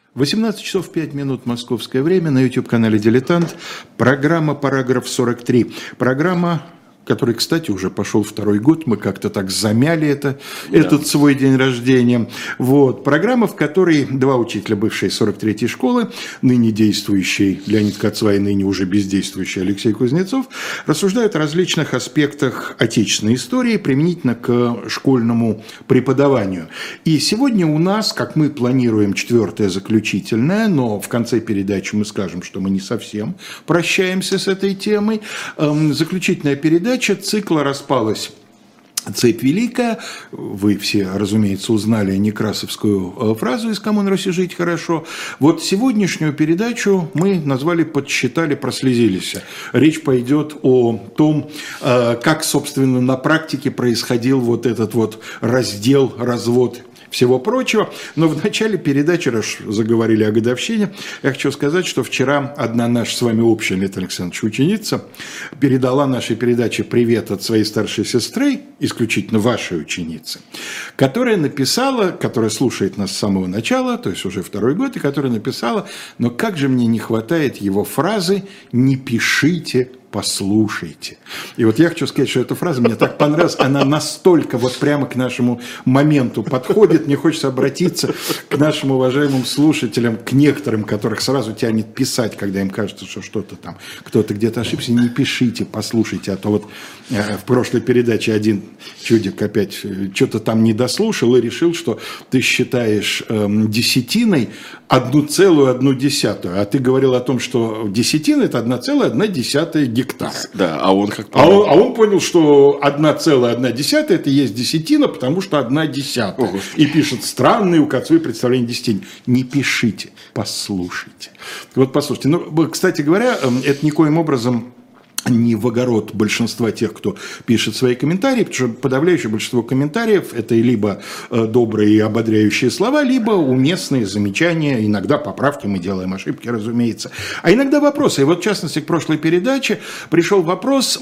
18 часов 5 минут московское время на YouTube-канале «Дилетант». Программа «Параграф 43». Программа, который, кстати, уже пошел второй год. Мы как-то так замяли этот свой день рождения. Вот. Программа, в которой два учителя бывшей 43-й школы, ныне действующий Леонид Кацва и ныне уже бездействующий Алексей Кузнецов, рассуждают о различных аспектах отечественной истории применительно к школьному преподаванию. И сегодня у нас, как мы планируем, четвертое заключительное, но в конце передачи мы скажем, что мы не совсем прощаемся с этой темой. Заключительная передача цикла распалась. Цепь великая. Вы все, разумеется, узнали некрасовскую фразу из «Кому на Руси жить хорошо». Вот сегодняшнюю передачу мы назвали «Подсчитали, прослезились». Речь пойдет о том, как, собственно, на практике происходил вот этот вот раздел, развод всего прочего. Но в начале передачи, раз заговорили о годовщине, я хочу сказать, что вчера одна наша с вами общая, Леонид Александрович, ученица передала нашей передаче привет от своей старшей сестры, исключительно вашей ученицы, которая написала, которая слушает нас с самого начала, то есть уже второй год, и которая написала: но как же мне не хватает его фразы «не пишите, послушайте». И вот я хочу сказать, что эта фраза мне так понравилась, она настолько вот прямо к нашему моменту подходит. Мне хочется обратиться к нашим уважаемым слушателям, к некоторым, которых сразу тянет писать, когда им кажется, что что-то там, кто-то где-то ошибся. Не пишите, послушайте, а то вот в прошлой передаче один чудик опять что-то там не дослушал и решил, что ты считаешь десятиной 1,1, а ты говорил о том, что десятина – это 1,1 гектара. Да, а он как понял? А он понял, что 1,1 – это и есть десятина, потому что 1/10. И пишет: странные у Кацвы представления десятин. Не пишите, послушайте. Вот послушайте. Ну, кстати говоря, это никоим образом не в огород большинства тех, кто пишет свои комментарии, потому что подавляющее большинство комментариев – это либо добрые и ободряющие слова, либо уместные замечания, иногда поправки, мы делаем ошибки, разумеется, а иногда вопросы. И вот, в частности, к прошлой передаче пришел вопрос,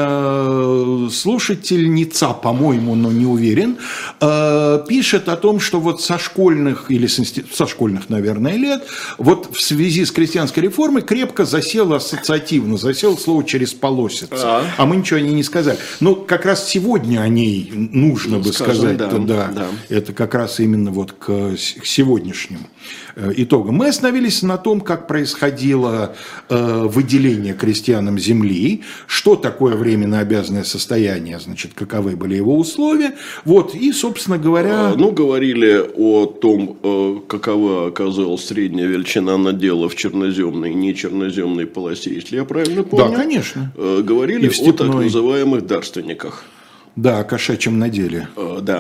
слушательница, по-моему, но не уверен, пишет о том, что вот со школьных, или со школьных, наверное, лет, вот в связи с крестьянской реформой крепко засело ассоциативно, засело слово «через полосица». А мы ничего о ней не сказали. Но как раз сегодня о ней нужно бы сказать. Да. Это как раз именно вот к сегодняшним итогам. Мы остановились на том, как происходило выделение крестьянам земли, что такое временно обязанное состояние, значит, каковы были его условия. Вот, и, собственно говоря... говорили о том, какова оказалась средняя величина надела в черноземной и нечерноземной полосе, если я правильно помню. Да, конечно. Говорили о так называемых дарственниках. Да, о кошачьем наделе. Да.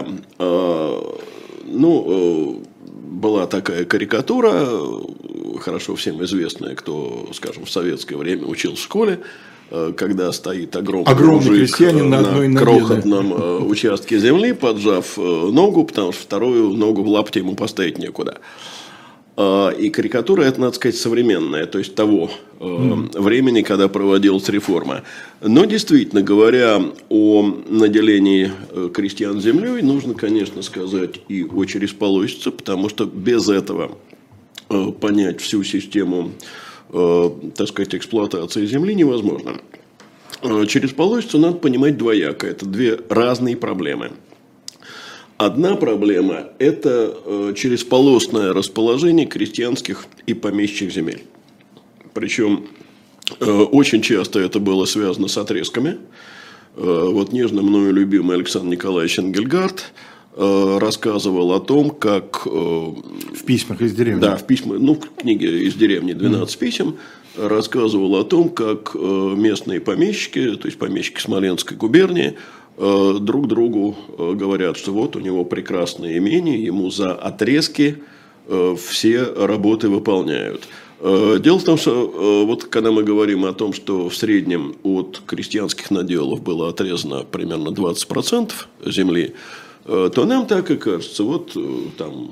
Была такая карикатура, хорошо всем известная, кто, скажем, в советское время учил в школе, когда стоит огромный мужик крестьянин на крохотном участке земли, поджав ногу, потому что вторую ногу в лапте ему поставить некуда. И карикатура, это, надо сказать, современная, то есть того времени, когда проводилась реформа. Но действительно, говоря о наделении крестьян землей, нужно, конечно, сказать и о чересполосице, потому что без этого понять всю систему, так сказать, эксплуатации земли невозможно. Чересполосицу надо понимать двояко. Это две разные проблемы. Одна проблема – это чересполосное расположение крестьянских и помещичьих земель. Причем очень часто это было связано с отрезками. Вот нежно мною любимый Александр Николаевич Энгельгард рассказывал о том, как… В письмах из деревни. Да, в письмах, в книге «Из деревни» 12 писем, рассказывал о том, как местные помещики, то есть помещики Смоленской губернии, друг другу говорят, что вот у него прекрасное имение, ему за отрезки все работы выполняют. Дело в том, что вот когда мы говорим о том, что в среднем от крестьянских наделов было отрезано примерно 20% земли, то нам так и кажется, вот там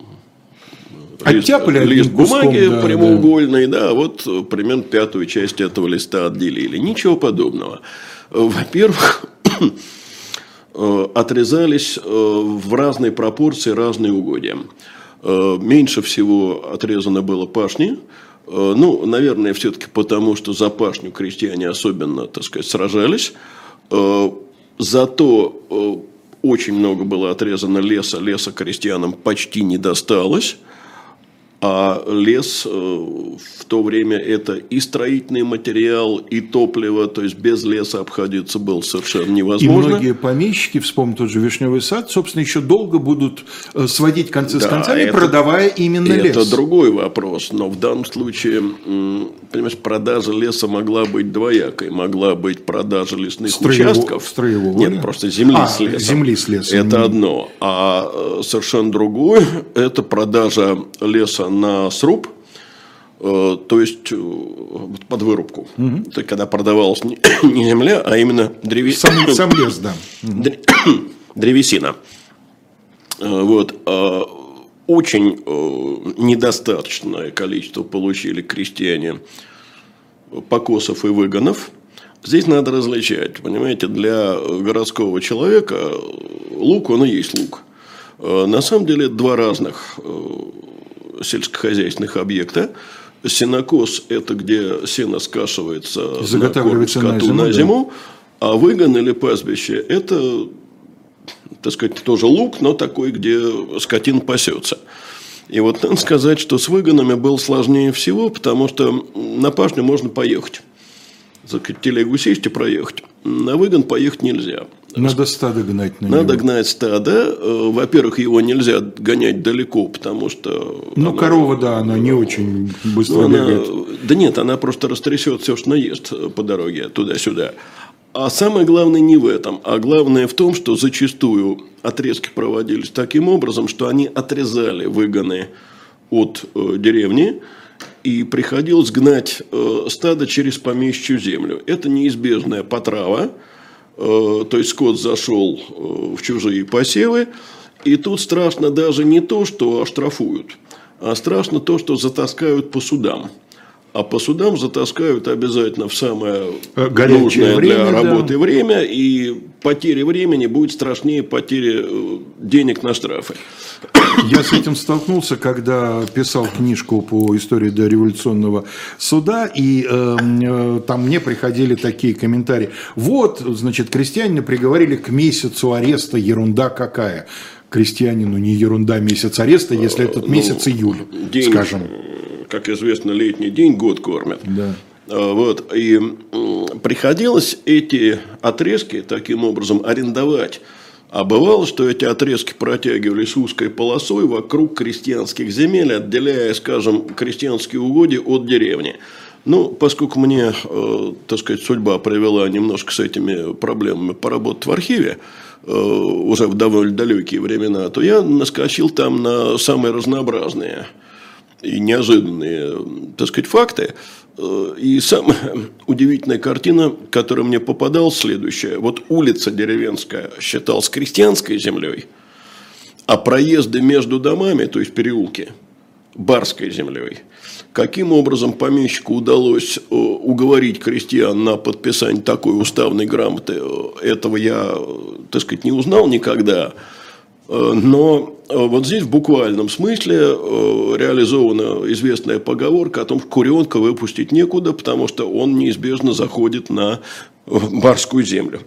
лист бумаги прямоугольный, вот примерно пятую часть этого листа отделили. Ничего подобного. Во-первых, отрезались в разной пропорции разные угодья. Меньше всего отрезано было пашни. Ну, наверное, все-таки потому, что за пашню крестьяне особенно, так сказать, сражались. Зато очень много было отрезано леса. Леса крестьянам почти не досталось. А лес в то время это и строительный материал, и топливо, то есть без леса обходиться было совершенно невозможно. И многие помещики, вспомним тот же Вишневый сад, собственно, еще долго будут сводить концы с концами, продавая именно лес. Это другой вопрос, но в данном случае, понимаешь, продажа леса могла быть двоякой. Могла быть продажа лесных участков. Нет, просто земли с лесом. Земли с лесом. Это одно. А совершенно другое, это продажа леса на сруб, то есть под вырубку. Угу. То есть, когда продавалась не земля, а именно древесина. Сам лес, да. Древесина. Вот. Очень недостаточное количество получили крестьяне покосов и выгонов. Здесь надо различать. Понимаете, для городского человека лук, он и есть лук. На самом деле, два разных сельскохозяйственных объекта. Сенокос – это где сено скашивается на корм скоту на зиму, да. А выгон или пастбище – это, так сказать, тоже луг, но такой, где скотина пасется. И вот надо сказать, что с выгонами было сложнее всего, потому что на пашню можно поехать. Телегу сесть и проехать. На выгон поехать нельзя. Надо стадо гнать на него. Надо гнать стадо. Во-первых, его нельзя гонять далеко, потому что... Ну, корова, да, она не очень быстро бегает. Да нет, она просто растрясет все, что наест по дороге туда-сюда. А самое главное не в этом. А главное в том, что зачастую отрезки проводились таким образом, что они отрезали выгоны от деревни, и приходилось гнать стадо через помещичью землю. Это неизбежная потрава. То есть скот зашел в чужие посевы. И тут страшно даже не то, что оштрафуют, а страшно то, что затаскают по судам. А по судам затаскают обязательно в самое горячее нужное время, для работы да. время. И потеря времени будет страшнее потери денег на штрафы. Я с этим столкнулся, когда писал книжку по истории дореволюционного суда, и там мне приходили такие комментарии. Вот, значит, крестьянина приговорили к месяцу ареста, ерунда какая. Крестьянину не ерунда месяц ареста, если этот месяц июль, день, скажем. Как известно, летний день год кормят. Да. Вот, и приходилось эти отрезки таким образом арендовать. А бывало, что эти отрезки протягивались узкой полосой вокруг крестьянских земель, отделяя, скажем, крестьянские угодья от деревни. Ну, поскольку мне, так сказать, судьба привела немножко с этими проблемами поработать в архиве, уже в довольно далекие времена, то я наскочил там на самые разнообразные и неожиданные, так сказать, факты. И самая удивительная картина, которая мне попадалась, следующая. Вот улица деревенская считалась крестьянской землей, а проезды между домами, то есть переулки, барской землей. Каким образом помещику удалось уговорить крестьян на подписание такой уставной грамоты, этого я, так сказать, не узнал никогда. Но вот здесь в буквальном смысле реализована известная поговорка о том, что куренка выпустить некуда, потому что он неизбежно заходит на барскую землю.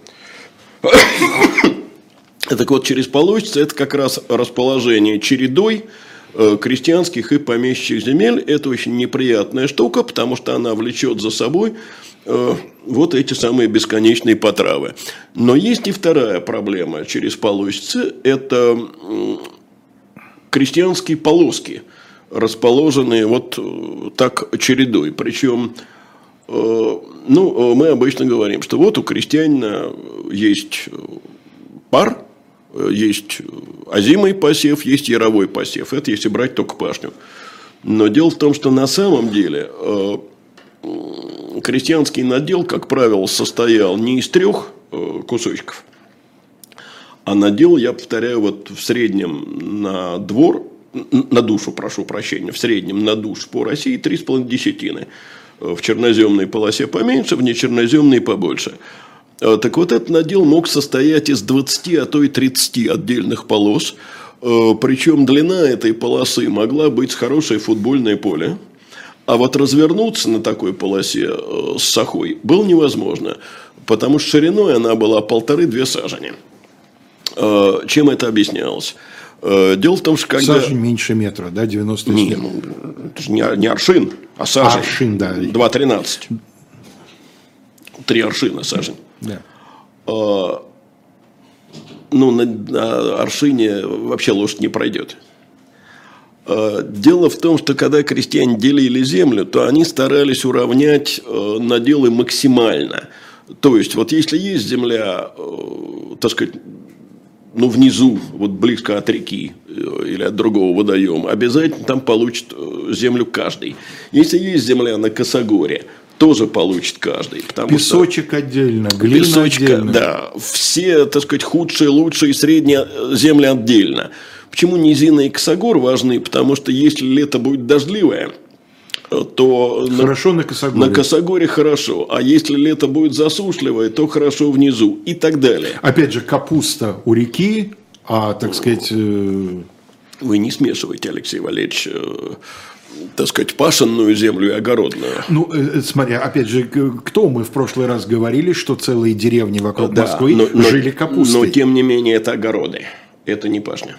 Так вот, через полощице это как раз расположение чередой крестьянских и помещичьих земель. Это очень неприятная штука, потому что она влечет за собой вот эти самые бесконечные потравы. Но есть и вторая проблема через полощицы. Это крестьянские полоски, расположенные вот так чередой. Причем, ну, мы обычно говорим, что вот у крестьянина есть пар, есть озимый посев, есть яровой посев. Это если брать только пашню. Но дело в том, что на самом деле крестьянский надел, как правило, состоял не из 3 кусочков, а надел, я повторяю, вот в среднем на двор, на душу, прошу прощения, в среднем на душ по России 3,5 десятины. В черноземной полосе поменьше, в нечерноземной побольше. Так вот, этот надел мог состоять из 20, а то и 30 отдельных полос. Причем длина этой полосы могла быть хорошее футбольное поле. А вот развернуться на такой полосе с сахой было невозможно. Потому что шириной она была 1,5-2 сажени. Чем это объяснялось? Дело в том, что когда... Сажень меньше метра, да, 90 Не, это же не аршин, а сажень. Аршин, да. 2,13. 3 аршина сажень. Да. На аршине вообще лошадь не пройдет. Дело в том, что когда крестьяне делили землю, то они старались уравнять наделы максимально. То есть, вот если есть земля, так сказать, внизу, вот близко от реки или от другого водоема, обязательно там получит землю каждый. Если есть земля на косогоре, тоже получит каждый. Песочек отдельно, глина отдельно. Да, все, так сказать, худшие, лучшие, средние земли отдельно. Почему низина и косогор важны? Потому что если лето будет дождливое, то хорошо на косогоре. На косогоре хорошо. А если лето будет засушливое, то хорошо внизу и так далее. Опять же, капуста у реки, так сказать... Вы не смешиваете, Алексей Валерьевич, так сказать, пашенную землю и огородную. Смотри, опять же, кто мы в прошлый раз говорили, что целые деревни вокруг Москвы жили капустой. Но, тем не менее, это огороды. Это не пашня.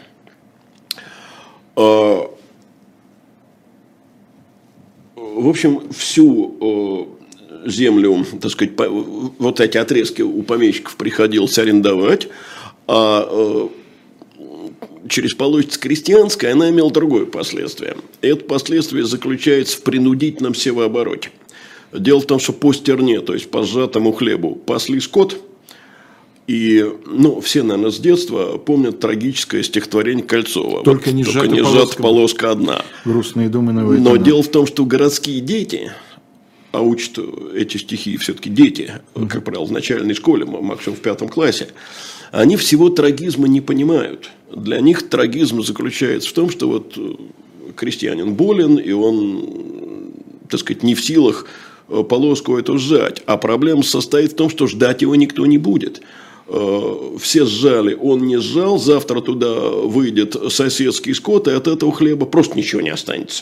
В общем, всю землю, так сказать, вот эти отрезки у помещиков приходилось арендовать, а через полосица крестьянская она имела другое последствие. Это последствие заключается в принудительном севообороте. Дело в том, что по стерне, то есть по сжатому хлебу, пасли скот. И, все, наверное, с детства помнят трагическое стихотворение Кольцова. Только не сжата полоска одна. Грустные думы на Но дело в том, что городские дети, а учат эти стихи все-таки дети, как правило, в начальной школе, максимум в 5 классе, они всего трагизма не понимают. Для них трагизм заключается в том, что вот крестьянин болен, и он, так сказать, не в силах полоску эту сжать. А проблема состоит в том, что ждать его никто не будет. Все сжали, он не сжал, завтра туда выйдет соседский скот, и от этого хлеба просто ничего не останется.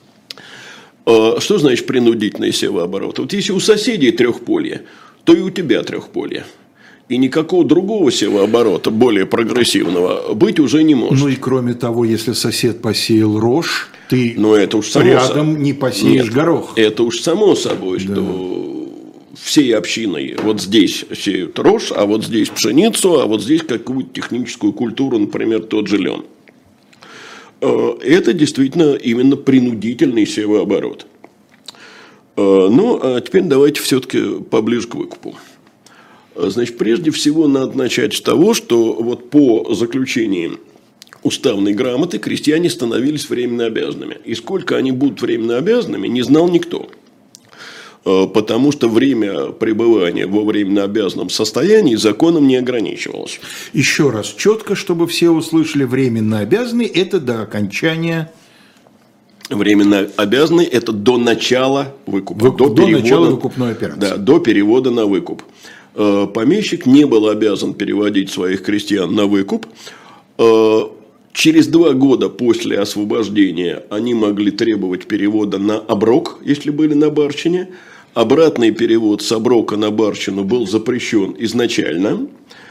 Что значит принудительный севооборот? Вот если у соседей трехполье, то и у тебя трехполье. И никакого другого севооборота, более прогрессивного, быть уже не может. И кроме того, если сосед посеял рожь, ты это уж рядом не посеешь горох. Это уж само собой, что всей общиной вот здесь сеют рожь, а вот здесь пшеницу, а вот здесь какую-то техническую культуру, например, тот же лен. Это действительно именно принудительный севооборот. А теперь давайте все-таки поближе к выкупу. Значит, прежде всего надо начать с того, что вот по заключении уставной грамоты крестьяне становились временно обязанными. И сколько они будут временно обязанными, не знал никто. Потому что время пребывания во временно обязанном состоянии законом не ограничивалось. Еще раз, четко, чтобы все услышали, временно обязанный – это до окончания… Временно обязанный – это до начала выкупа. До начала выкупной операции. Да, до перевода на выкуп. Помещик не был обязан переводить своих крестьян на выкуп. Через 2 года после освобождения они могли требовать перевода на оброк, если были на барщине. Обратный перевод с оброка на барщину был запрещен изначально.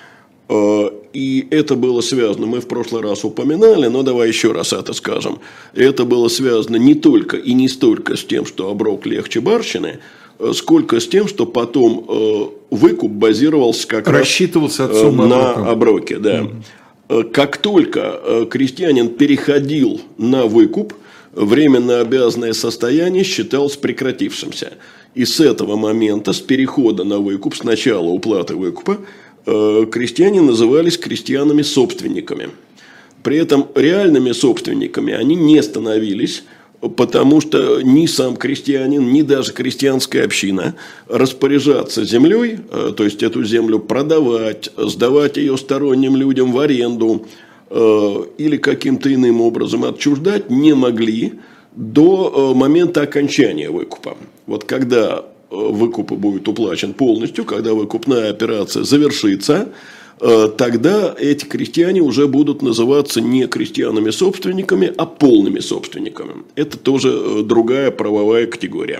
И это было связано, мы в прошлый раз упоминали, но давай еще раз это скажем. Это было связано не только и не столько с тем, что оброк легче барщины, сколько с тем, что потом выкуп базировался как рассчитывался раз на оброке. Да. Как только крестьянин переходил на выкуп, временно обязанное состояние считалось прекратившимся. И с этого момента, с перехода на выкуп, с начала уплаты выкупа, крестьяне назывались крестьянами-собственниками. При этом реальными собственниками они не становились, потому что ни сам крестьянин, ни даже крестьянская община распоряжаться землей, то есть эту землю продавать, сдавать ее сторонним людям в аренду или каким-то иным образом отчуждать не могли до момента окончания выкупа. Вот когда выкуп будет уплачен полностью, когда выкупная операция завершится, тогда эти крестьяне уже будут называться не крестьянами-собственниками, а полными собственниками. Это тоже другая правовая категория.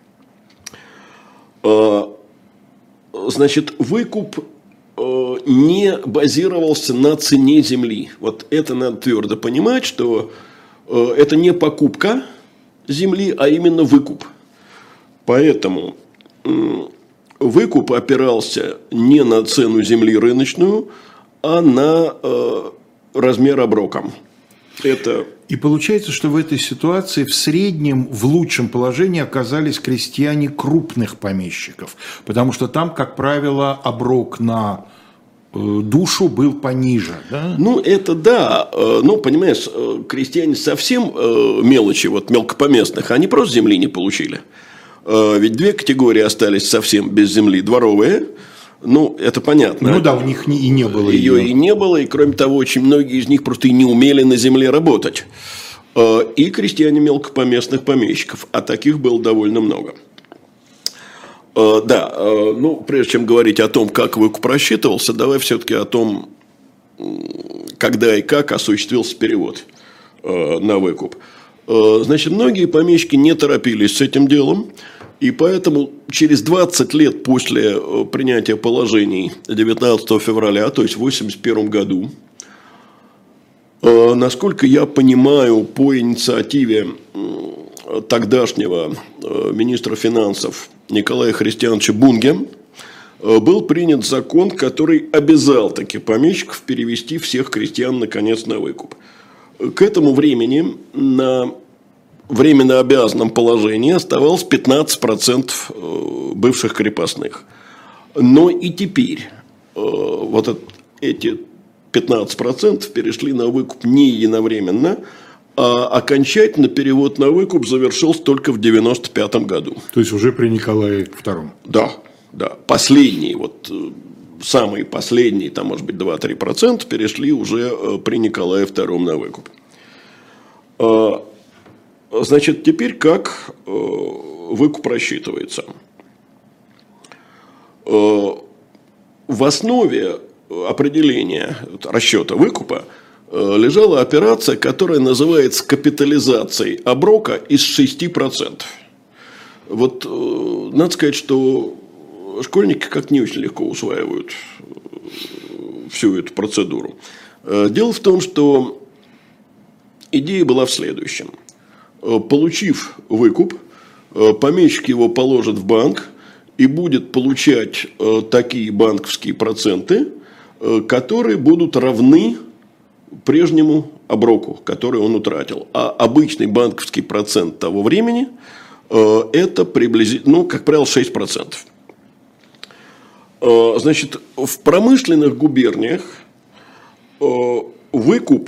Значит, выкуп не базировался на цене земли. Вот это надо твердо понимать, что это не покупка земли, а именно выкуп. Поэтому выкуп опирался не на цену земли рыночную, а на размер оброка. И получается, что в этой ситуации в среднем в лучшем положении оказались крестьяне крупных помещиков, потому что там, как правило, оброк на душу был пониже. Да? Ну, это да. Ну, понимаешь, крестьяне совсем мелочи, вот мелкопоместных, они просто земли не получили. Ведь две категории остались совсем без земли. Дворовые. Ну, это понятно. Ну да, у них и не было ее. И не было, и кроме того, очень многие из них просто и не умели на земле работать. И крестьяне мелкопоместных помещиков, а таких было довольно много. Да, ну, прежде чем говорить о том, как выкуп рассчитывался, давай все-таки о том, когда и как осуществился перевод на выкуп. Значит, многие помещики не торопились с этим делом. И поэтому через 20 лет после принятия положений 19 февраля, то есть в 1981 году, насколько я понимаю, по инициативе тогдашнего министра финансов Николая Христиановича Бунге, был принят закон, который обязал таки помещиков перевести всех крестьян наконец на выкуп. К этому времени на временно обязанном положении оставалось 15% бывших крепостных. Но и теперь вот эти 15% перешли на выкуп не единовременно, а окончательно перевод на выкуп завершился только в 1995 году. То есть уже при Николае II? Да, да. Последние, вот самые последние, там может быть 2-3% перешли уже при Николае II на выкуп. Значит, теперь как выкуп рассчитывается? В основе определения расчета выкупа лежала операция, которая называется капитализацией оброка из 6%. Вот надо сказать, что школьники как-то не очень легко усваивают всю эту процедуру. Дело в том, что идея была в следующем. Получив выкуп, помещик его положит в банк и будет получать такие банковские проценты, которые будут равны прежнему оброку, который он утратил. А обычный банковский процент того времени это приблизительно, ну, как правило, 6%. Значит, в промышленных губерниях выкуп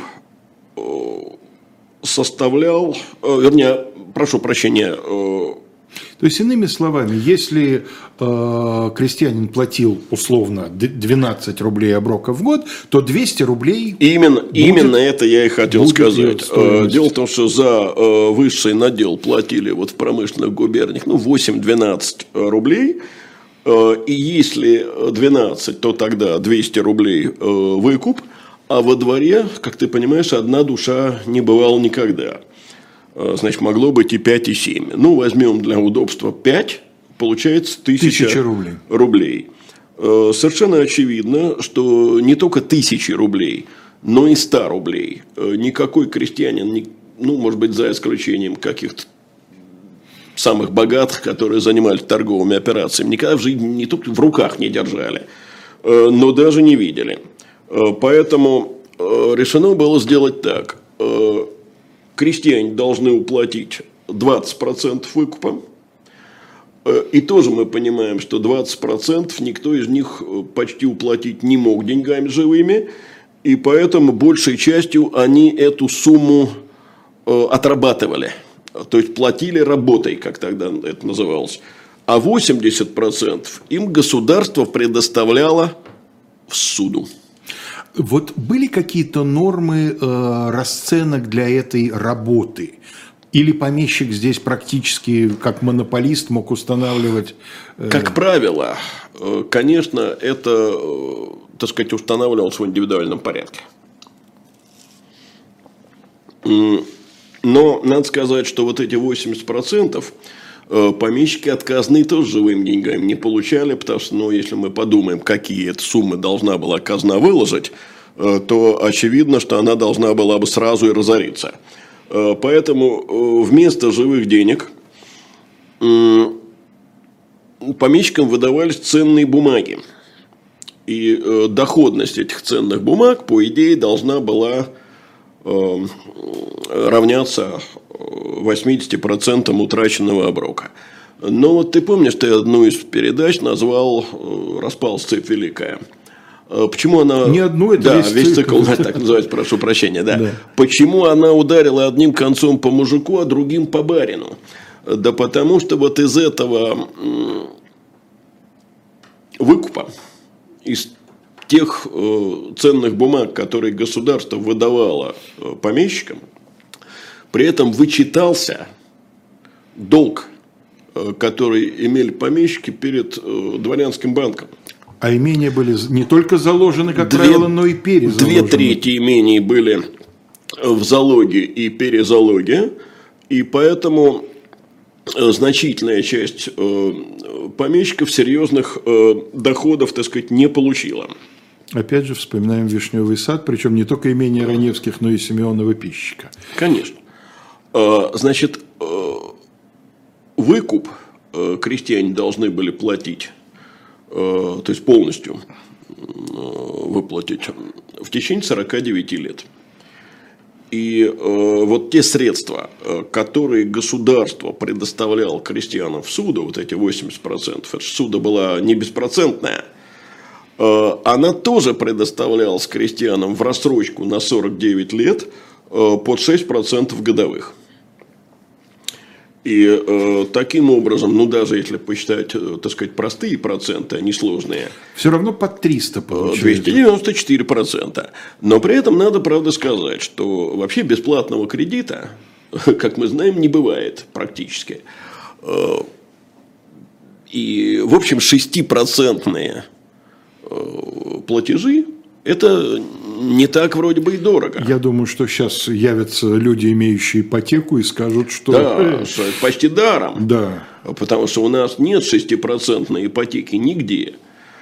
составлял, вернее, прошу прощения. То есть, иными словами, если крестьянин платил условно 12 рублей оброка в год, то 200 рублей... Именно это я и хотел сказать. Дело в том, что за высший надел платили вот в промышленных губерниях 8-12 рублей. И если 12, то тогда 200 рублей выкуп. А во дворе, как ты понимаешь, одна душа не бывала никогда. Значит, могло быть и 5, и 7. Ну, возьмем для удобства 5, получается 1000 рублей. Совершенно очевидно, что не только 1000 рублей, но и 100 рублей. Никакой крестьянин, ну, может быть, за исключением каких-то самых богатых, которые занимались торговыми операциями, никогда в жизни не только в руках не держали, но даже не видели. Поэтому решено было сделать так. Крестьяне должны уплатить 20% выкупа. И тоже мы понимаем, что 20% никто из них почти уплатить не мог деньгами живыми. И поэтому большей частью они эту сумму отрабатывали. То есть платили работой, как тогда это называлось. А 80% им государство предоставляло в суду. Вот были какие-то нормы расценок для этой работы? Или помещик здесь практически как монополист мог устанавливать? Как правило, конечно, это так сказать, устанавливалось в индивидуальном порядке. Но надо сказать, что вот эти 80% помещики от казны тоже живыми деньгами не получали, потому что, ну, если мы подумаем, какие это суммы должна была казна выложить, то очевидно, что она должна была бы сразу и разориться. Поэтому вместо живых денег помещикам выдавались ценные бумаги. И доходность этих ценных бумаг, по идее, должна была равняться 80% утраченного оброка. Но вот ты помнишь, ты одну из передач назвал «Распалась цепь великая». Почему она... Не одну, это да, весь цикл, так называется, прошу прощения, да. Да. Почему она ударила одним концом по мужику, а другим по барину? Да потому что вот из этого выкупа, из тех ценных бумаг, которые государство выдавало помещикам, при этом вычитался долг, который имели помещики перед дворянским банком. А имения были не только заложены, как правило, но и перезаложены. 2/3 имений были в залоге и перезалоге, и поэтому значительная часть помещиков серьезных доходов, так сказать, не получила. Опять же, вспоминаем Вишневый сад, причем не только имение Раневских, но и Симеонова Пищика. Конечно. Значит, выкуп крестьяне должны были платить, то есть полностью выплатить в течение 49 лет. И вот те средства, которые государство предоставляло крестьянам в суду, вот эти 80%, это суда была не беспроцентная, она тоже предоставлялась крестьянам в рассрочку на 49 лет под 6% годовых. И таким образом, ну даже если посчитать, так сказать, простые проценты, а не сложные, все равно под 300 получается. 294%. Но при этом надо, правда, сказать, что вообще бесплатного кредита, как мы знаем, не бывает практически. И, в общем, 6% платежи – это не так вроде бы и дорого. Я думаю, что сейчас явятся люди, имеющие ипотеку, и скажут, что... Да, почти даром. Да. Потому что у нас нет 6% ипотеки нигде.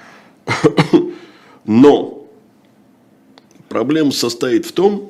Но проблема состоит в том,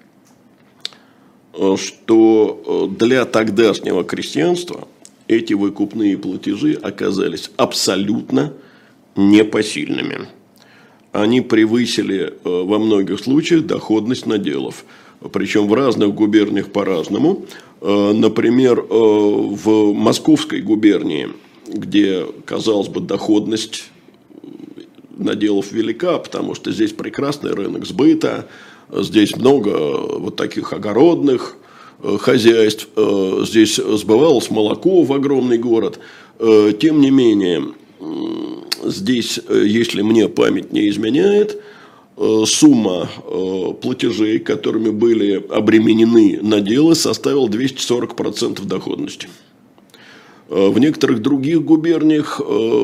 что для тогдашнего крестьянства эти выкупные платежи оказались абсолютно непосильными. Они превысили во многих случаях доходность наделов. Причем в разных губерниях по-разному. Например, в Московской губернии, где, казалось бы, доходность наделов велика, потому что здесь прекрасный рынок сбыта, здесь много вот таких огородных хозяйств, здесь сбывалось молоко в огромный город. Тем не менее, здесь, если мне память не изменяет, сумма платежей, которыми были обременены наделы, составила 240% доходности. В некоторых других губерниях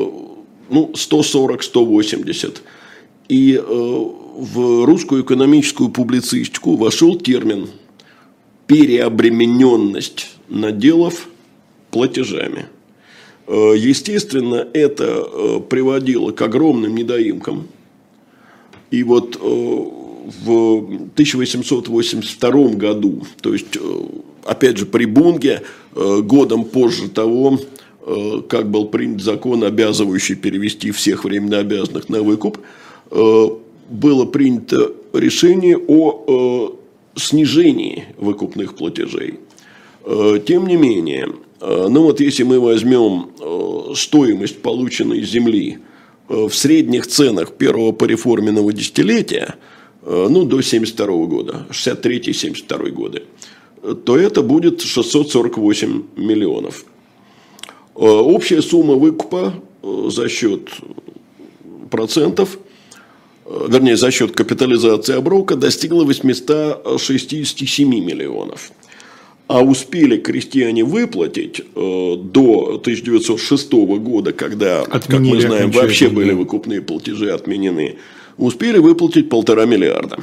140-180%. И в русскую экономическую публицистику вошел термин «переобремененность наделов платежами». Естественно, это приводило к огромным недоимкам. И вот в 1882 году, то есть, опять же, при Бунге, годом позже того, как был принят закон, обязывающий перевести всех временно обязанных на выкуп, было принято решение о снижении выкупных платежей. Тем не менее, если мы возьмем стоимость полученной земли в средних ценах первого пореформенного десятилетия, до 1972 года, 63-72 годы, то это будет 648 миллионов. Общая сумма выкупа за счет процентов, вернее, за счет капитализации оброка достигла 867 миллионов. А успели крестьяне выплатить до 1906 года, когда, как мы знаем, вообще были выкупные платежи отменены, успели выплатить 1,5 миллиарда.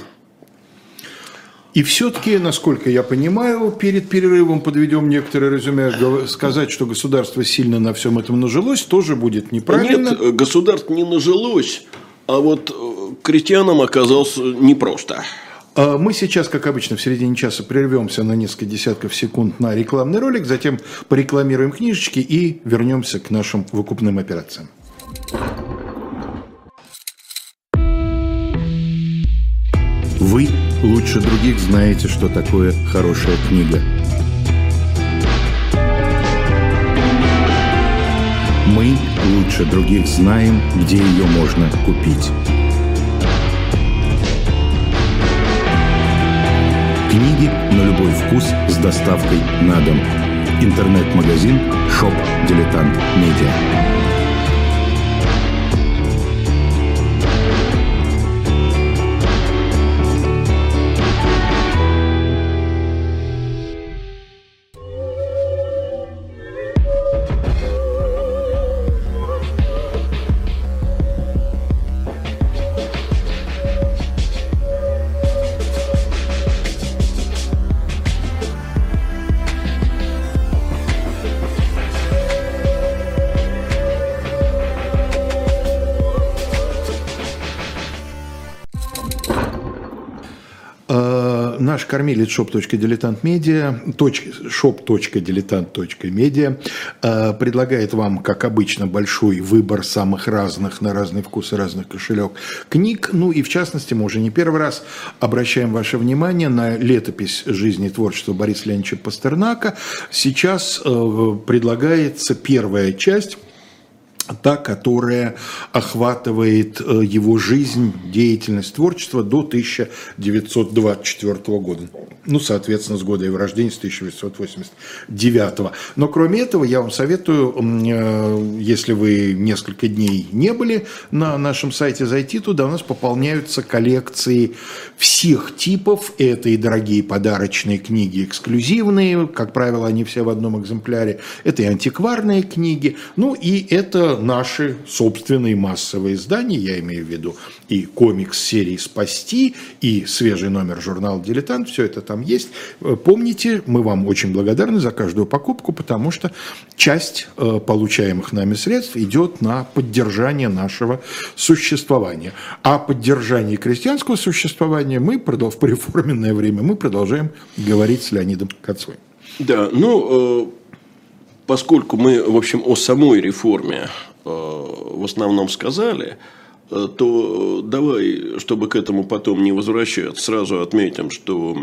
И все-таки, насколько я понимаю, перед перерывом подведем некоторое резюме, сказать, что государство сильно на всем этом нажилось, тоже будет неправильно. Нет, государство не нажилось, а вот крестьянам оказалось непросто. Мы сейчас, как обычно, в середине часа прервемся на несколько десятков секунд на рекламный ролик, затем порекламируем книжечки и вернемся к нашим выкупным операциям. Вы лучше других знаете, что такое хорошая книга. Мы лучше других знаем, где ее можно купить. Книги на любой вкус с доставкой на дом. Интернет-магазин Shop Dilettant Media. Наш кормилец shop.diletant.media предлагает вам, как обычно, большой выбор самых разных, на разный вкус и разных кошелек книг. Ну и в частности, мы уже не первый раз обращаем ваше внимание на летопись жизни и творчества Бориса Леонидовича Пастернака. Сейчас предлагается первая часть, та, которая охватывает его жизнь, деятельность, творчество до 1924 года. Ну, соответственно, с года его рождения, с 1889. Но кроме этого, я вам советую, если вы несколько дней не были на нашем сайте, зайти туда. У нас пополняются коллекции всех типов. Это и дорогие подарочные книги, эксклюзивные. Как правило, они все в одном экземпляре. Это и антикварные книги. Ну, и это наши собственные массовые издания, я имею в виду и комикс серии «Спасти», и свежий номер журнала «Дилетант», все это там есть. Помните, мы вам очень благодарны за каждую покупку, потому что часть получаемых нами средств идет на поддержание нашего существования. А поддержание крестьянского существования мы в пореформенное время мы продолжаем говорить с Леонидом Кацой. Да, поскольку мы, в общем, о самой реформе в основном сказали, то давай, чтобы к этому потом не возвращаться, сразу отметим, что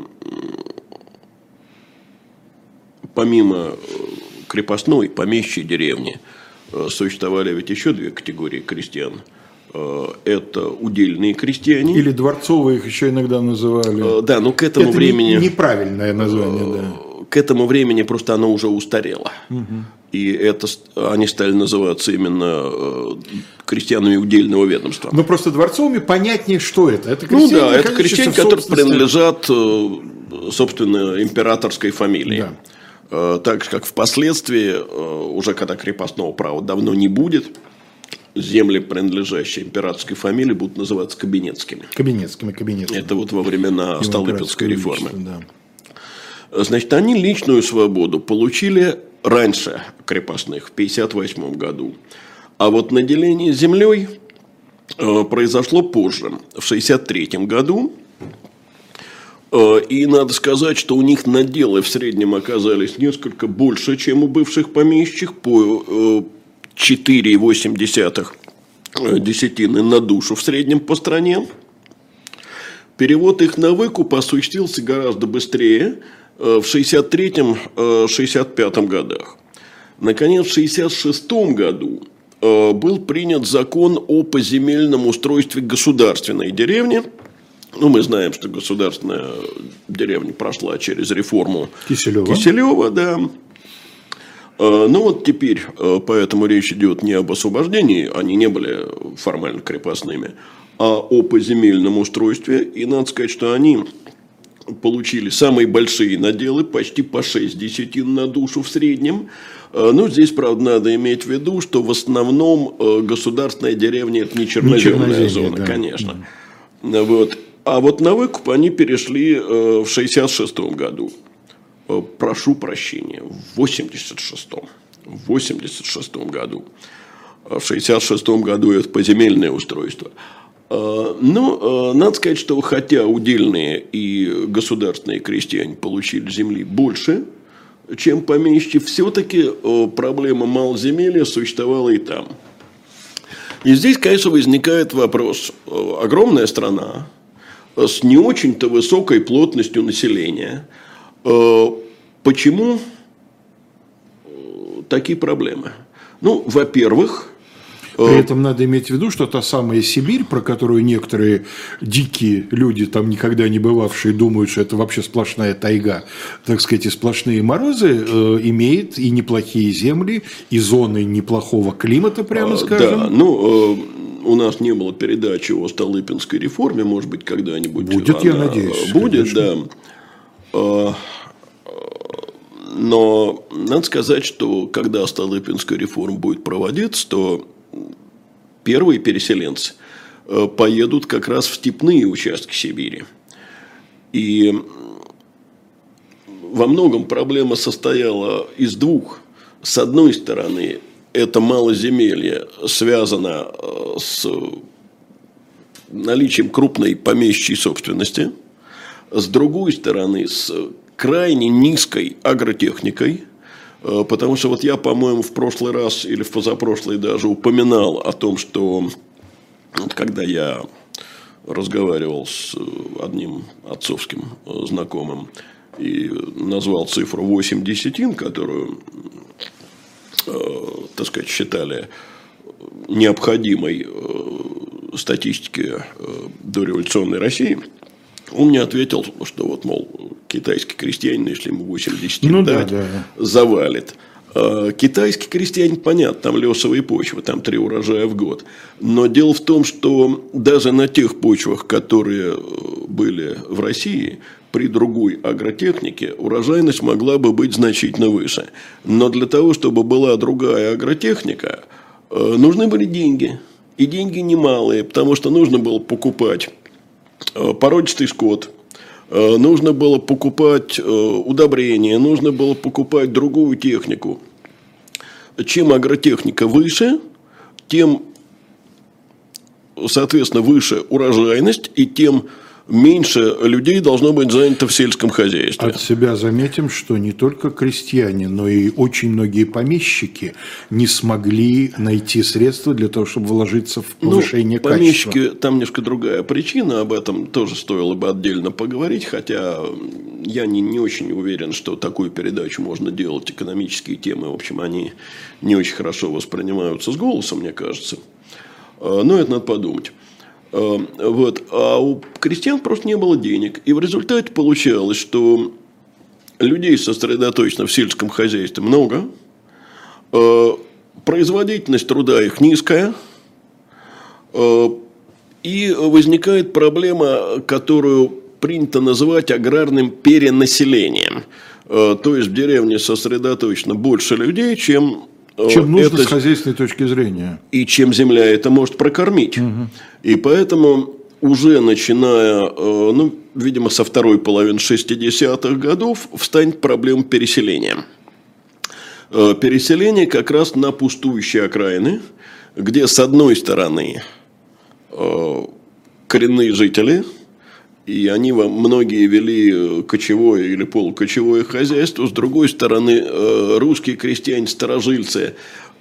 помимо крепостной, помещей деревни, существовали ведь еще две категории крестьян. Это удельные крестьяне. Или дворцовые их еще иногда называли. Да, но к этому времени... неправильное название, да. К этому времени просто оно уже устарело. И они стали называться именно крестьянами удельного ведомства. Но просто дворцовыми понятнее, что это. Это крестьяне, это крестьяне, которые принадлежат, собственно, императорской фамилии. Да. Так же, как впоследствии, уже когда крепостного права давно не будет, земли, принадлежащие императорской фамилии, будут называться кабинетскими. Кабинетскими. Это вот во времена Столыпинской реформы. Да. Значит, они личную свободу получили раньше крепостных, в 1958 году. А вот наделение землей произошло позже, в 1963 году. И надо сказать, что у них наделы в среднем оказались несколько больше, чем у бывших помещичьих, по 4,8 десятины на душу в среднем по стране. Перевод их на выкуп осуществился гораздо быстрее в 1963-1965 годах. Наконец, в 1966 году был принят закон о поземельном устройстве государственной деревни. Ну, мы знаем, что государственная деревня прошла через реформу Киселева, да. Ну, вот теперь, поэтому речь идет не об освобождении, они не были формально крепостными, а о поземельном устройстве. И надо сказать, что они получили самые большие наделы, почти по 6 десятин на душу в среднем. Но здесь, правда, надо иметь в виду, что в основном государственная деревня – это не черноземная зона, да. Конечно. Вот. А вот на выкуп они перешли в 1966 году. Прошу прощения, в 1986 году. В 1966 году это поземельное устройство. Но надо сказать, что хотя удельные и государственные крестьяне получили земли больше, чем помещики, все-таки проблема малоземелья существовала и там. И здесь, конечно, возникает вопрос. Огромная страна с не очень-то высокой плотностью населения. Почему такие проблемы? Ну, во-первых... При этом надо иметь в виду, что та самая Сибирь, про которую некоторые дикие люди, там никогда не бывавшие, думают, что это вообще сплошная тайга, так сказать, и сплошные морозы, имеет и неплохие земли, и зоны неплохого климата, прямо скажем. Да, ну, у нас не было передачи о Столыпинской реформе, может быть, когда-нибудь будет, я надеюсь. Будет, конечно. Да. Но надо сказать, что когда Столыпинская реформа будет проводиться, то первые переселенцы поедут как раз в степные участки Сибири. И во многом проблема состояла из двух. С одной стороны, это малоземелье связано с наличием крупной помещичьей собственности. С другой стороны, с крайне низкой агротехникой. Потому что вот я, по-моему, в прошлый раз или в позапрошлый даже упоминал о том, что когда я разговаривал с одним отцовским знакомым и назвал цифру 8 десятин, которую, так сказать, считали необходимой статистике дореволюционной России, он мне ответил, что вот, мол, китайский крестьянин, если ему 8 десятин дать, завалит. Китайский крестьянин, понятно, там лесовые почвы, там 3 урожая в год. Но дело в том, что даже на тех почвах, которые были в России, при другой агротехнике урожайность могла бы быть значительно выше. Но для того, чтобы была другая агротехника, нужны были деньги. И деньги немалые, потому что нужно было покупать породистый скот, нужно было покупать удобрения, нужно было покупать другую технику. Чем агротехника выше, тем, соответственно, выше урожайность, и тем меньше людей должно быть занято в сельском хозяйстве. От себя заметим, что не только крестьяне, но и очень многие помещики не смогли найти средства для того, чтобы вложиться в повышение качества. Помещики, там немножко другая причина, об этом тоже стоило бы отдельно поговорить, хотя я не очень уверен, что такую передачу можно делать. Экономические темы, в общем, они не очень хорошо воспринимаются с голоса, мне кажется. Но это надо подумать. Вот. А у крестьян просто не было денег. И в результате получалось, что людей сосредоточено в сельском хозяйстве много, производительность труда их низкая, и возникает проблема, которую принято называть аграрным перенаселением. То есть в деревне сосредоточено больше людей, чем нужно с хозяйственной точки зрения. И чем земля это может прокормить. Угу. И поэтому уже начиная, видимо, со второй половины 60-х годов встанет проблема переселения. Переселение как раз на пустующие окраины, где с одной стороны коренные жители, и они многие вели кочевое или полукочевое хозяйство. С другой стороны, русские крестьяне-старожильцы,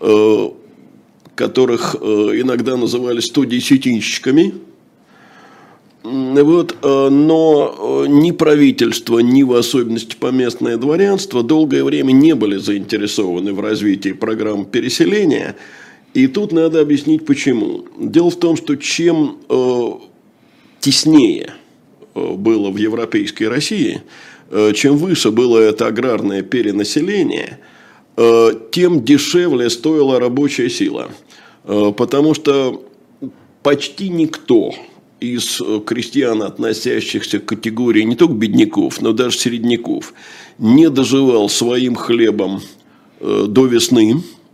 которых иногда называли 110-нщиками. Вот, но ни правительство, ни в особенности поместное дворянство долгое время не были заинтересованы в развитии программ переселения. И тут надо объяснить, почему. Дело в том, что чем теснее было в европейской России, чем выше было это аграрное перенаселение, тем дешевле стоила рабочая сила. Потому что почти никто из крестьян, относящихся к категории не только бедняков, но даже середняков, не доживал своим хлебом до весны.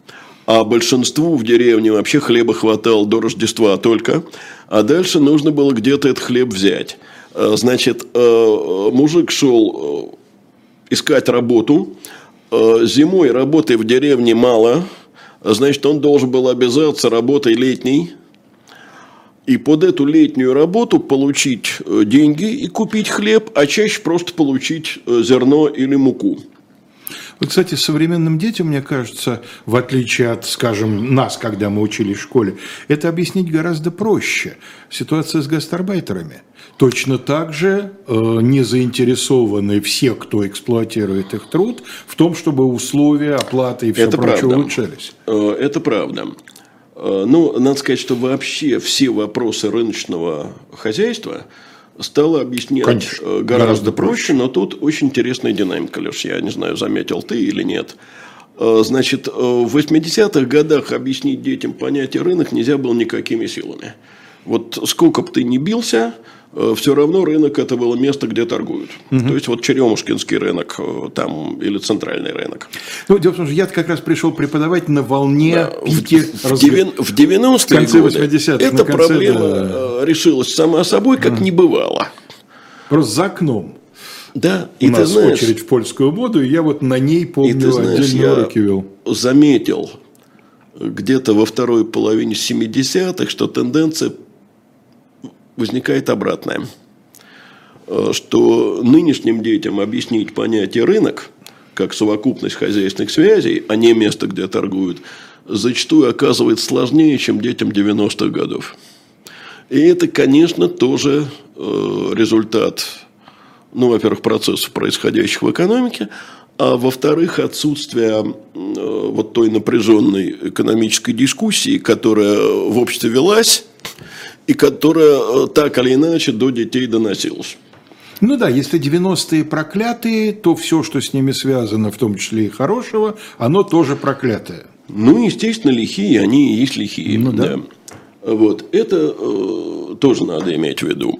А большинству в деревне вообще хлеба хватало до Рождества только. А дальше нужно было где-то этот хлеб взять. Значит, мужик шел искать работу. Зимой работы в деревне мало. Значит, он должен был обязаться работой летней. И под эту летнюю работу получить деньги и купить хлеб, а чаще просто получить зерно или муку. Вот, кстати, современным детям, мне кажется, в отличие от, скажем, нас, когда мы учились в школе, это объяснить гораздо проще. Ситуация с гастарбайтерами. Точно так же не заинтересованы все, кто эксплуатирует их труд, в том, чтобы условия оплаты и все прочее улучшались. Это правда. Ну, надо сказать, что вообще все вопросы рыночного хозяйства стало объяснять, конечно, гораздо проще, но тут очень интересная динамика, Леш, я не знаю, заметил ты или нет. Значит, в 80-х годах объяснить детям понятие рынок нельзя было никакими силами. Вот сколько бы ты ни бился, все равно рынок – это было место, где торгуют. То есть, вот Черемушкинский рынок там, или центральный рынок. Ну, дело в том, что я как раз пришел преподавать на волне пики в 90-е годы 80-х, эта проблема решилась сама собой, как не бывало. Просто за окном. Да, и у нас знаешь, очередь в польскую воду, и я вот на ней, помню, отдельные уроки вел. Заметил где-то во второй половине 70-х, что тенденция возникает обратная. Что нынешним детям объяснить понятие рынок, как совокупность хозяйственных связей, а не место, где торгуют, зачастую оказывается сложнее, чем детям 90-х годов. И это, конечно, тоже результат, ну, во-первых, процессов, происходящих в экономике, а во-вторых, отсутствия вот той напряженной экономической дискуссии, которая в обществе велась, и которая так или иначе до детей доносилась. Ну да, если 90-е проклятые, то все, что с ними связано, в том числе и хорошего, оно тоже проклятое. Ну, естественно, лихие, они и есть лихие. Ну да. Вот, это тоже надо иметь в виду.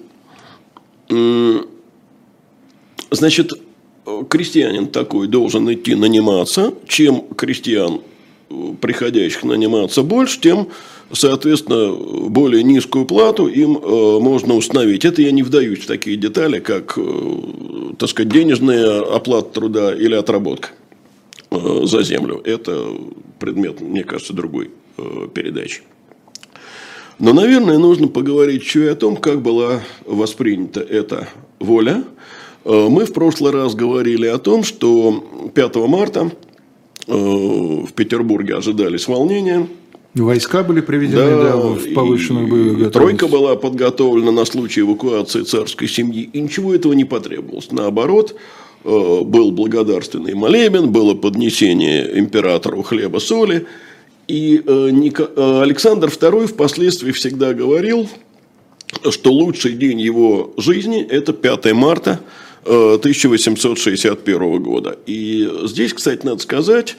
Значит, крестьянин такой должен идти наниматься. Чем крестьян, приходящих наниматься больше, тем, соответственно, более низкую плату им можно установить. Это я не вдаюсь в такие детали, как, так сказать, денежная оплата труда или отработка за землю. Это предмет, мне кажется, другой передачи. Но, наверное, нужно поговорить еще и о том, как была воспринята эта воля. Мы в прошлый раз говорили о том, что 5 марта в Петербурге ожидались волнения. Войска были приведены в повышенную боевую готовность. Тройка была подготовлена на случай эвакуации царской семьи. И ничего этого не потребовалось. Наоборот, был благодарственный молебен, было поднесение императору хлеба-соли. И Александр II впоследствии всегда говорил, что лучший день его жизни – это 5 марта 1861 года. И здесь, кстати, надо сказать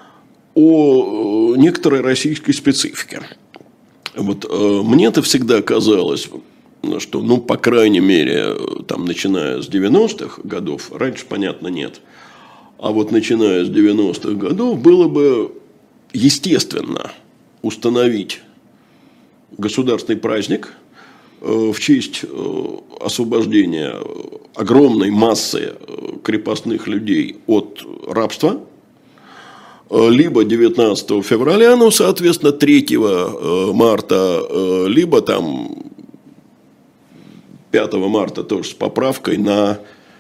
о некоторой российской специфике. Вот, мне-то всегда казалось, что, ну, по крайней мере, там, начиная с 90-х годов, раньше, понятно, нет, а вот начиная с 90-х годов было бы естественно установить государственный праздник в честь освобождения огромной массы крепостных людей от рабства, либо 19 февраля, ну, соответственно, 3 марта, либо там 5 марта тоже с поправкой на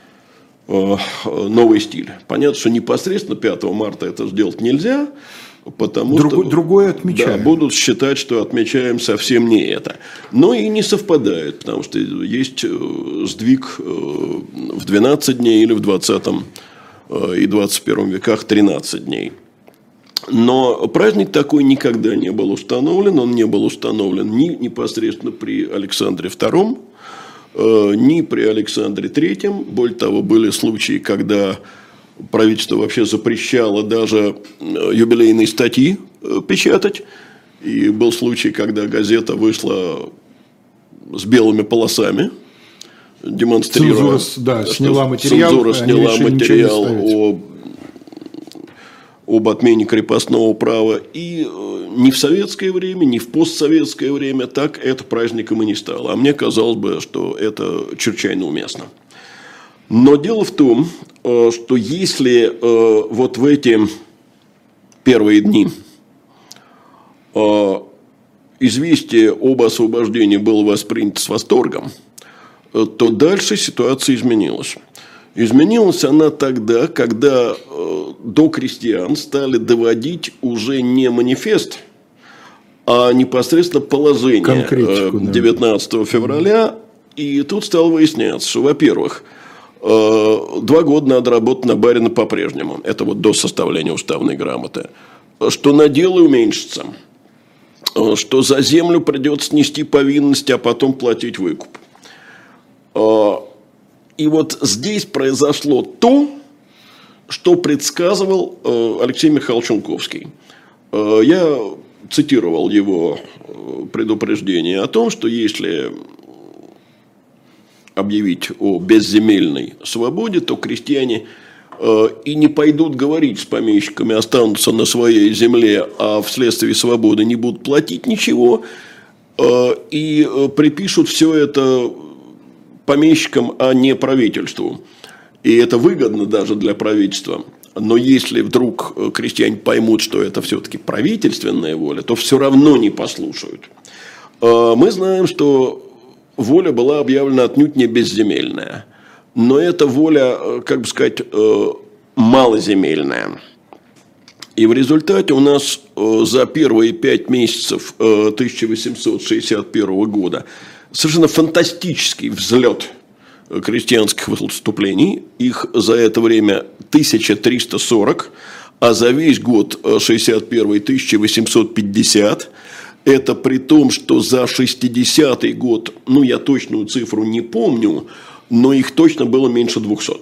новый стиль. Понятно, что непосредственно 5 марта это сделать нельзя, потому что другое отмечаем. Да, будут считать, что отмечаем совсем не это. Но и не совпадает, потому что есть сдвиг в 12 дней или в 20 и 21 веках 13 дней. Но праздник такой никогда не был установлен. Он не был установлен ни непосредственно при Александре II, ни при Александре III. Более того, были случаи, когда правительство вообще запрещало даже юбилейные статьи печатать. И был случай, когда газета вышла с белыми полосами, демонстрируя, цензура сняла материал, цензура сняла материал об отмене крепостного права. И ни в советское время, ни в постсоветское время так это праздником и не стало. А мне казалось бы, что это чрезвычайно уместно. Но дело в том, что если вот в эти первые дни известие об освобождении было воспринято с восторгом, то дальше ситуация изменилась. Изменилась она тогда, когда до крестьян стали доводить уже не манифест, а непосредственно положение 19 февраля. И тут стало выясняться, что, во-первых, 2 года надо работать на барина по-прежнему. Это вот до составления уставной грамоты. Что наделы уменьшится. Что за землю придется нести повинность, а потом платить выкуп. И вот здесь произошло то, что предсказывал Алексей Михайлович Унковский. Я цитировал его предупреждение о том, что если объявить о безземельной свободе, то крестьяне и не пойдут говорить с помещиками, останутся на своей земле, а вследствие свободы не будут платить ничего, и припишут все это помещикам, а не правительству. И это выгодно даже для правительства. Но если вдруг крестьяне поймут, что это все-таки правительственная воля, то все равно не послушают. Мы знаем, что воля была объявлена отнюдь не безземельная. Но эта воля, как бы сказать, малоземельная. И в результате у нас за первые 5 месяцев 1861 года совершенно фантастический взлет крестьянских выступлений. Их за это время 1340, а за весь год 61 1850. Это при том, что за 60-й год, ну, я точную цифру не помню, но их точно было меньше 200.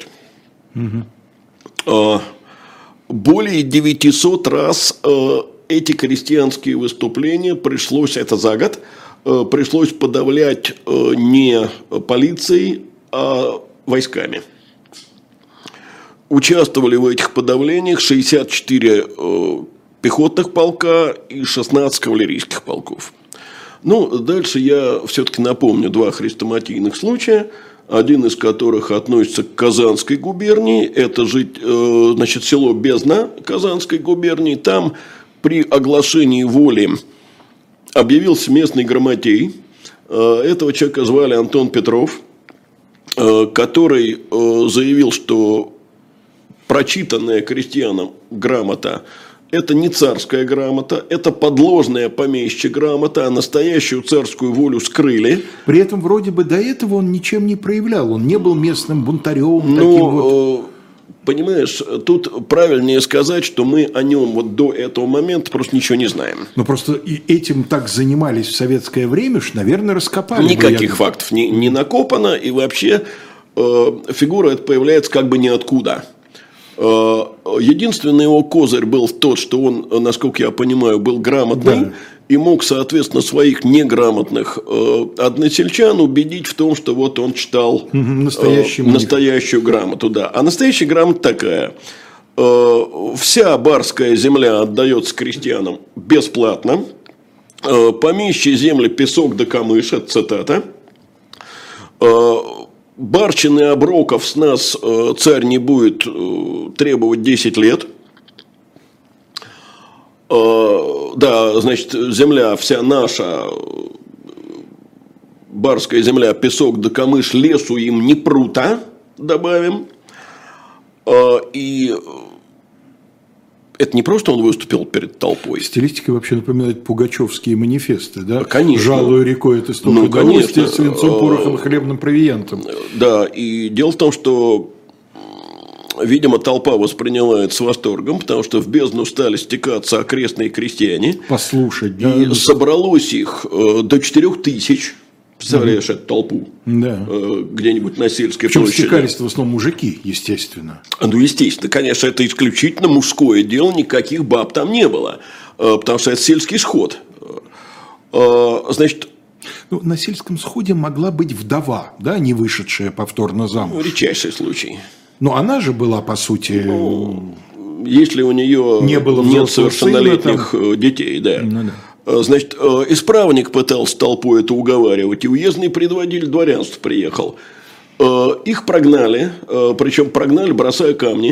Более 900 раз эти крестьянские выступления пришлось, это за год, пришлось подавлять не полицией, а войсками. Участвовали в этих подавлениях 64 пехотных полка и 16 кавалерийских полков. Ну, дальше я все-таки напомню 2 хрестоматийных случая, один из которых относится к Казанской губернии. Это значит, село Бездна Казанской губернии. Там при оглашении воли объявился местный грамотей. Этого человека звали Антон Петров, который заявил, что прочитанная крестьянам грамота – это не царская грамота, это подложная помещичья грамота, а настоящую царскую волю скрыли. При этом вроде бы до этого он ничем не проявлял, он не был местным бунтарем. Таким вот. Понимаешь, тут правильнее сказать, что мы о нем вот до этого момента просто ничего не знаем. Но просто и этим так занимались в советское время, что, наверное, раскопали. Никаких фактов не накопано, и вообще фигура эта появляется как бы ниоткуда. Единственный его козырь был в том, что он, насколько я понимаю, был грамотный, да, и мог, соответственно, своих неграмотных односельчан убедить в том, что вот он читал настоящую грамоту. Да. А настоящая грамота такая. Вся барская земля отдается крестьянам бесплатно. Помещичьи земли песок да камыш, это цитата. Барщины и оброков с нас царь не будет требовать 10 лет. Да, значит, земля вся наша, барская земля, песок да камыш, лесу им не прута, добавим. И это не просто он выступил перед толпой. Стилистика вообще напоминает пугачевские манифесты, да? Конечно. «Жалую рекой это столько удовольствия, свинцом, порохом и хлебным провиантом». Да, и дело в том, что, видимо, толпа восприняла это с восторгом, потому что в бездну стали стекаться окрестные крестьяне. Послушать, да. И собралось их до 4000. Представляешь эту толпу? Да. Где-нибудь на сельской площади. Причем стекались-то в основном мужики, естественно. Ну, естественно, конечно, это исключительно мужское дело, никаких баб там не было, потому что это сельский сход. Значит, ну, на сельском сходе могла быть вдова, да, не вышедшая повторно замуж. Редчайший случай. Но она же была, по сути... если у нее нет совершеннолетних детей, да. Ну, да. Значит, исправник пытался толпу это уговаривать, и уездный предводитель дворянства приехал. Их прогнали, причем прогнали, бросая камни.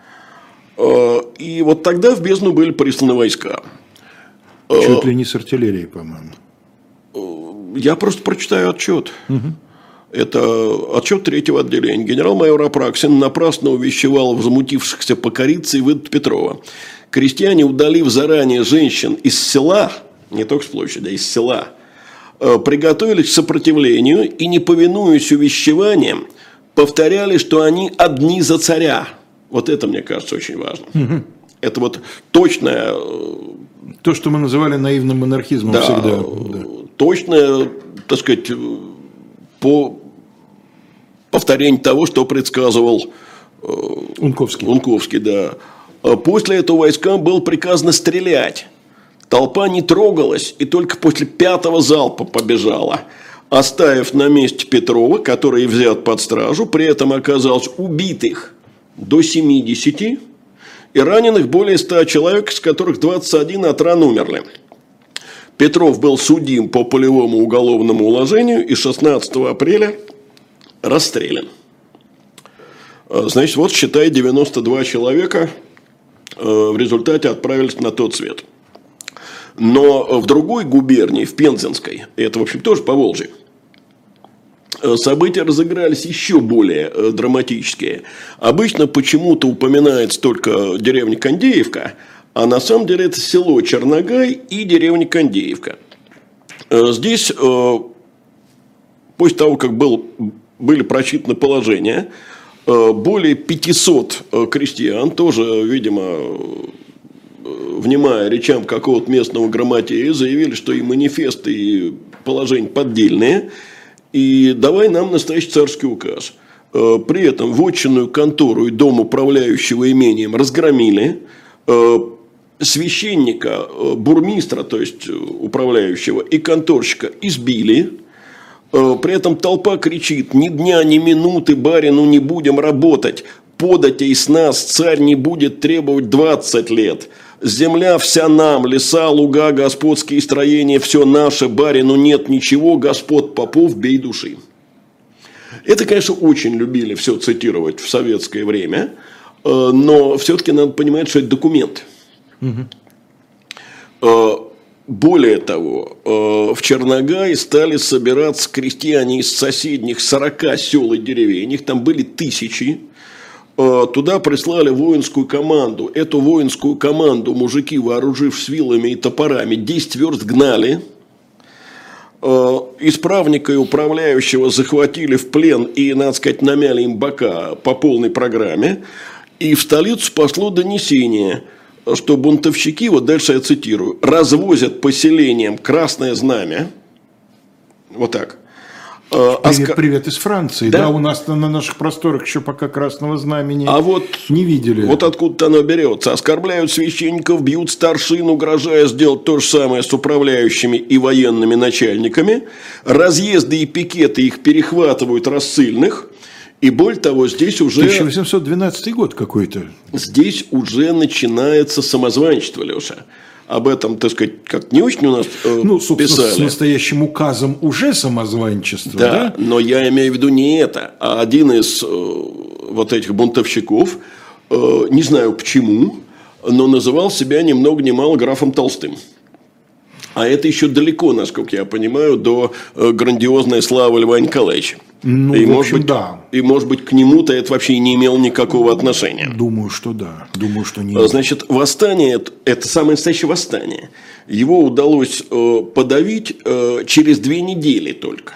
И вот тогда в бездну были присланы войска. Чуть ли не с артиллерией, по-моему. Я просто прочитаю отчет. Это отчет третьего отделения. Генерал-майор Апраксин напрасно увещевал возмутившихся покориться и выдать Петрова. Крестьяне, удалив заранее женщин из села, не только с площади, а из села, приготовились к сопротивлению и, не повинуясь увещеваниям, повторяли, что они одни за царя. Вот это, мне кажется, очень важно. Это вот точное... То, что мы называли наивным монархизмом, да, всегда. Да. Точное, так сказать, по повторению того, что предсказывал Унковский, да. После этого войскам было приказано стрелять. Толпа не трогалась и только после 5-го залпа побежала, оставив на месте Петрова, который взят под стражу, при этом оказалось убитых до 70 и раненых более 100 человек, из которых 21 от ран умерли. Петров был судим по полевому уголовному уложению и 16 апреля расстрелян. Значит, вот считай, 92 человека в результате отправились на тот свет. Но в другой губернии, в Пензенской, это, в общем, тоже Поволжье, события разыгрались еще более драматические. Обычно почему-то упоминается только деревня Кондеевка, а на самом деле это село Черногай и деревня Кондеевка. Здесь, после того, как были прочитаны положения, более 500 крестьян, тоже, видимо, внимая речам какого-то местного грамотея, заявили, что и манифесты, и положения поддельные, и давай нам настоящий царский указ. При этом вотчинную контору и дом управляющего имением разгромили, священника, бурмистра, то есть управляющего, и конторщика избили. При этом толпа кричит: ни дня, ни минуты барину не будем работать, податей с нас царь не будет требовать 20 лет. Земля вся нам, леса, луга, господские строения, все наше, барину нет ничего, господ попов бей души. Это, конечно, очень любили все цитировать в советское время, но все-таки надо понимать, что это документ. Более того, в Черногае стали собираться крестьяне из соседних 40 сел и деревень, их там были тысячи. Туда прислали воинскую команду. Эту воинскую команду мужики, вооружившись вилами и топорами, 10 верст гнали. Исправника и управляющего захватили в плен и, надо сказать, намяли им бока по полной программе. И в столицу пошло донесение, что бунтовщики, вот дальше я цитирую, развозят поселениям красное знамя. Вот так. Привет из Франции. Да, у нас на наших просторах еще пока красного знамени не видели. Вот откуда-то оно берется. Оскорбляют священников, бьют старшин, угрожая сделать то же самое с управляющими и военными начальниками. Разъезды и пикеты их перехватывают рассыльных. И более того, здесь уже... 1812 год какой-то. Здесь уже начинается самозванчество, Леша. Об этом, так сказать, как не очень у нас писали. С настоящим указом уже самозванчество, да? Но я имею в виду не это, а один из вот этих бунтовщиков, не знаю почему, но называл себя ни много ни мало графом Толстым. А это еще далеко, насколько я понимаю, до грандиозной славы Льва Николаевича. Ну, и, в может общем, быть, да. И, может быть, к нему-то это вообще не имело никакого отношения. Думаю, что да. Думаю, что не. Значит, восстание – это самое настоящее восстание. Его удалось подавить через 2 недели только.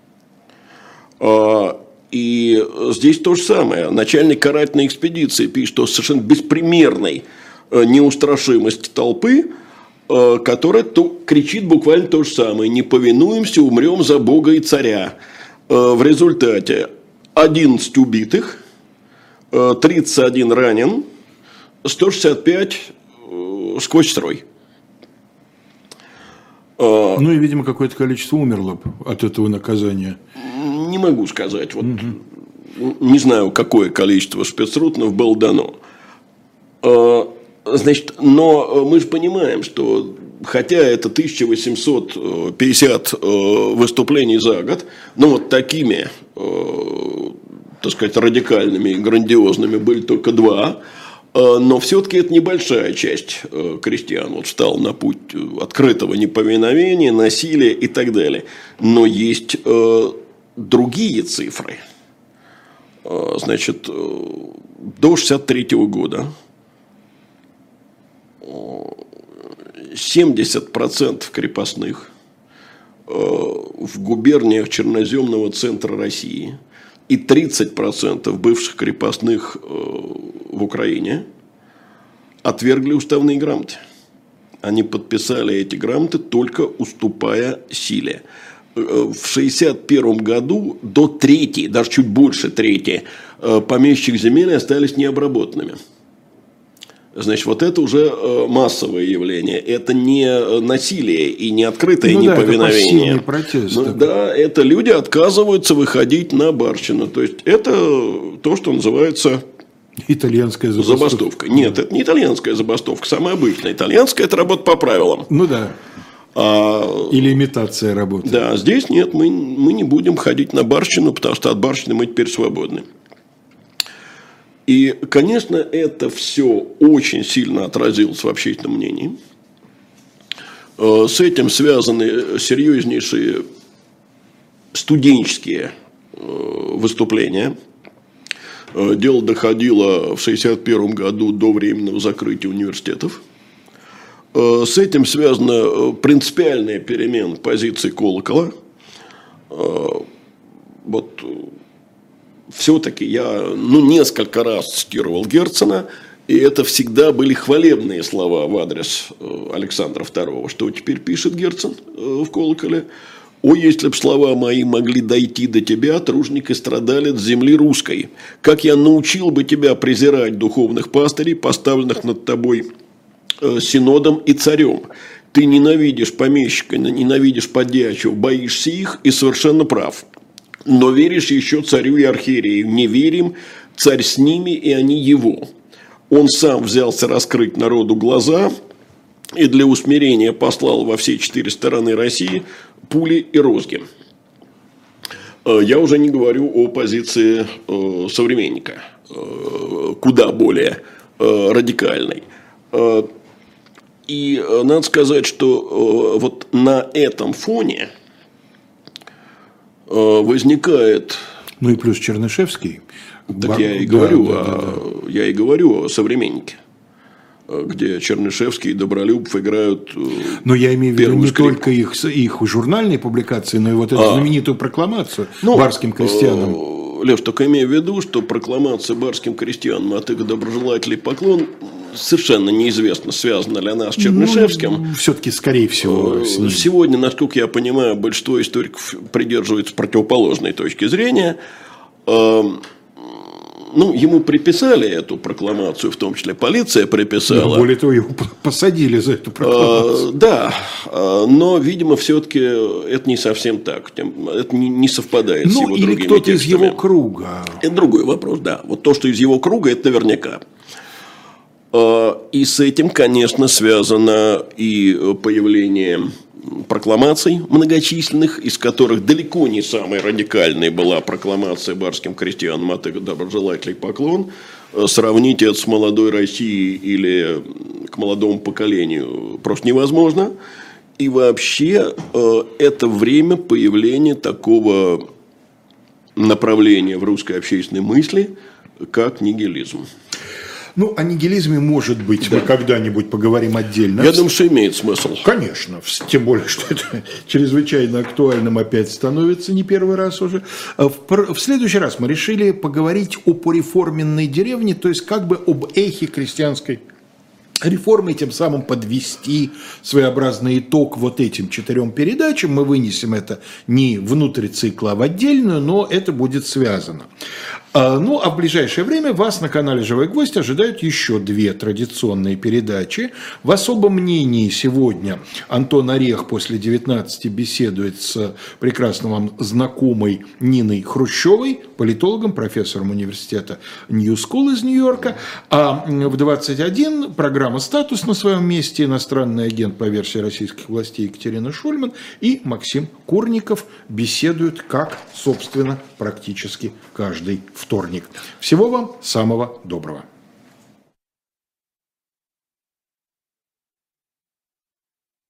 И здесь то же самое. Начальник карательной экспедиции пишет о совершенно беспримерной неустрашимости толпы, которая кричит буквально то же самое: не повинуемся, умрем за Бога и царя. В результате 11 убитых, 31 ранен, 165 сквозь строй. Ну и, видимо, какое-то количество умерло от этого наказания. Не могу сказать. Вот, не знаю, какое количество спецрутнов было дано. Значит, но мы же понимаем, что хотя это 1850 выступлений за год, но вот такими, так сказать, радикальными и грандиозными были только 2, но все-таки это небольшая часть крестьян вот встала на путь открытого неповиновения, насилия и так далее. Но есть другие цифры. Значит, до 1963 года 70% крепостных в губерниях черноземного центра России и 30% бывших крепостных в Украине отвергли уставные грамоты. Они подписали эти грамоты, только уступая силе. В 1961 году до трети, даже чуть больше трети помещичьих земель остались необработанными. Значит, вот это уже массовое явление. Это не насилие и не открытое неповиновение. Это протест. Да, это люди отказываются выходить на барщину. То есть, это то, что называется итальянская забастовка. Нет, это не итальянская забастовка. Самая обычная. Итальянская – это работа по правилам. Ну да. Или имитация работы. Да, здесь нет, мы не будем ходить на барщину, потому что от барщины мы теперь свободны. И, конечно, это все очень сильно отразилось в общественном мнении. С этим связаны серьезнейшие студенческие выступления. Дело доходило в 1961 году до временного закрытия университетов. С этим связана принципиальная перемена позиции Колокола. Вот все-таки я несколько раз цитировал Герцена, и это всегда были хвалебные слова в адрес Александра II. Что теперь пишет Герцен в Колоколе? «О, если б слова мои могли дойти до тебя, тружник и страдалец земли русской, как я научил бы тебя презирать духовных пастырей, поставленных над тобой синодом и царем. Ты ненавидишь помещика, ненавидишь подьячего, боишься их и совершенно прав. Но веришь еще царю и архиерею. Не верим, царь с ними, и они его. Он сам взялся раскрыть народу глаза и для усмирения послал во все 4 стороны России пули и розги». Я уже не говорю о позиции современника, куда более радикальной. И надо сказать, что вот на этом фоне возникает... Ну и плюс Чернышевский. Так я и говорю, я и говорю о современнике, где Чернышевский и Добролюбов играют. Но я имею в виду не только их журнальные публикации, но и вот эту знаменитую прокламацию барским крестьянам. Леш, только имею в виду, что прокламация барским крестьянам от их доброжелателей поклон совершенно неизвестно, связана ли она с Чернышевским. Все-таки, скорее всего, с ним. Сегодня, насколько я понимаю, большинство историков придерживается противоположной точки зрения. Ему приписали эту прокламацию, в том числе полиция приписала. Более того, его посадили за эту прокламацию. Да, но, видимо, все-таки это не совсем так. Это не совпадает с его другими текстами. Или кто-то из его круга. Это другой вопрос, да. Вот то, что из его круга, это наверняка. И с этим, конечно, связано и появление прокламаций многочисленных, из которых далеко не самой радикальной была прокламация барским крестьянам от их доброжелателей поклон. Сравнить это с молодой Россией или к молодому поколению просто невозможно. И вообще это время появления такого направления в русской общественной мысли, как нигилизм. О нигилизме, может быть, мы когда-нибудь поговорим отдельно. Я думаю, что имеет смысл. Конечно, тем более, что это чрезвычайно актуальным опять становится, не первый раз уже. В следующий раз мы решили поговорить о пореформенной деревне, то есть как бы об эхе крестьянской реформы, и тем самым подвести своеобразный итог вот этим 4 передачам. Мы вынесем это не внутрь цикла, а в отдельную, но это будет связано. Ну, а в ближайшее время вас на канале «Живой гвоздь» ожидают еще 2 традиционные передачи. В особом мнении сегодня Антон Орех после 19 беседует с прекрасно вам знакомой Ниной Хрущевой, политологом, профессором университета Нью Скул из Нью-Йорка. А в 21 программа «Статус» на своем месте, иностранный агент по версии российских властей Екатерина Шульман и Максим Курников беседуют, как, собственно, практически каждый вторник. Всего вам самого доброго.